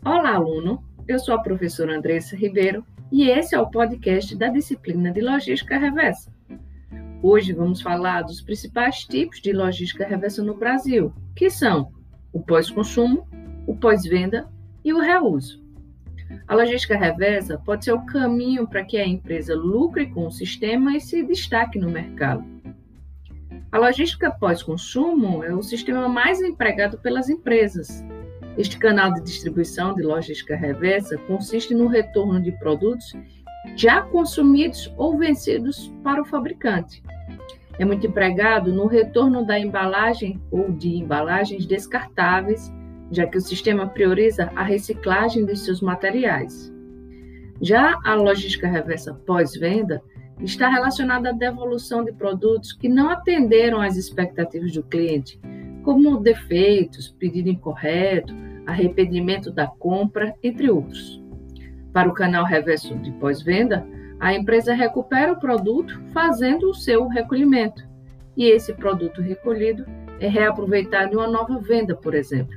Olá, aluno! Eu sou a professora Andressa Ribeiro e esse é o podcast da disciplina de Logística Reversa. Hoje vamos falar dos principais tipos de logística reversa no Brasil, que são o pós-consumo, o pós-venda e o reuso. A logística reversa pode ser o caminho para que a empresa lucre com o sistema e se destaque no mercado. A logística pós-consumo é o sistema mais empregado pelas empresas. Este canal de distribuição de logística reversa consiste no retorno de produtos já consumidos ou vencidos para o fabricante. É muito empregado no retorno da embalagem ou de embalagens descartáveis, já que o sistema prioriza a reciclagem de seus materiais. Já a logística reversa pós-venda está relacionada à devolução de produtos que não atenderam às expectativas do cliente, como defeitos, pedido incorreto, arrependimento da compra, entre outros. Para o canal reverso de pós-venda, a empresa recupera o produto fazendo o seu recolhimento, e esse produto recolhido é reaproveitado em uma nova venda, por exemplo.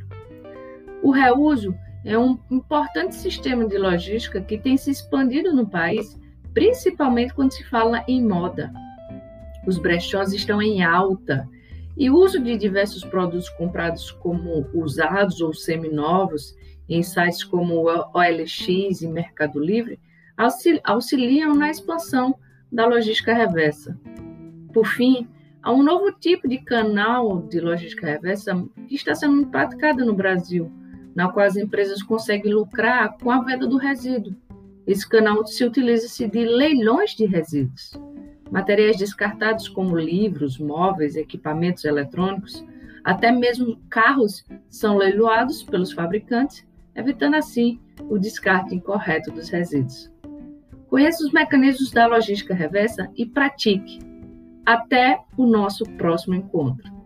O reuso é um importante sistema de logística que tem se expandido no país, principalmente quando se fala em moda. Os brechós estão em alta e o uso de diversos produtos comprados como usados ou seminovos em sites como o OLX e Mercado Livre auxiliam na expansão da logística reversa. Por fim, há um novo tipo de canal de logística reversa que está sendo muito praticado no Brasil, na qual as empresas conseguem lucrar com a venda do resíduo. Esse canal se utiliza-se de leilões de resíduos. Materiais descartados como livros, móveis, equipamentos eletrônicos, até mesmo carros são leiloados pelos fabricantes, evitando assim o descarte incorreto dos resíduos. Conheça os mecanismos da logística reversa e pratique. Até o nosso próximo encontro.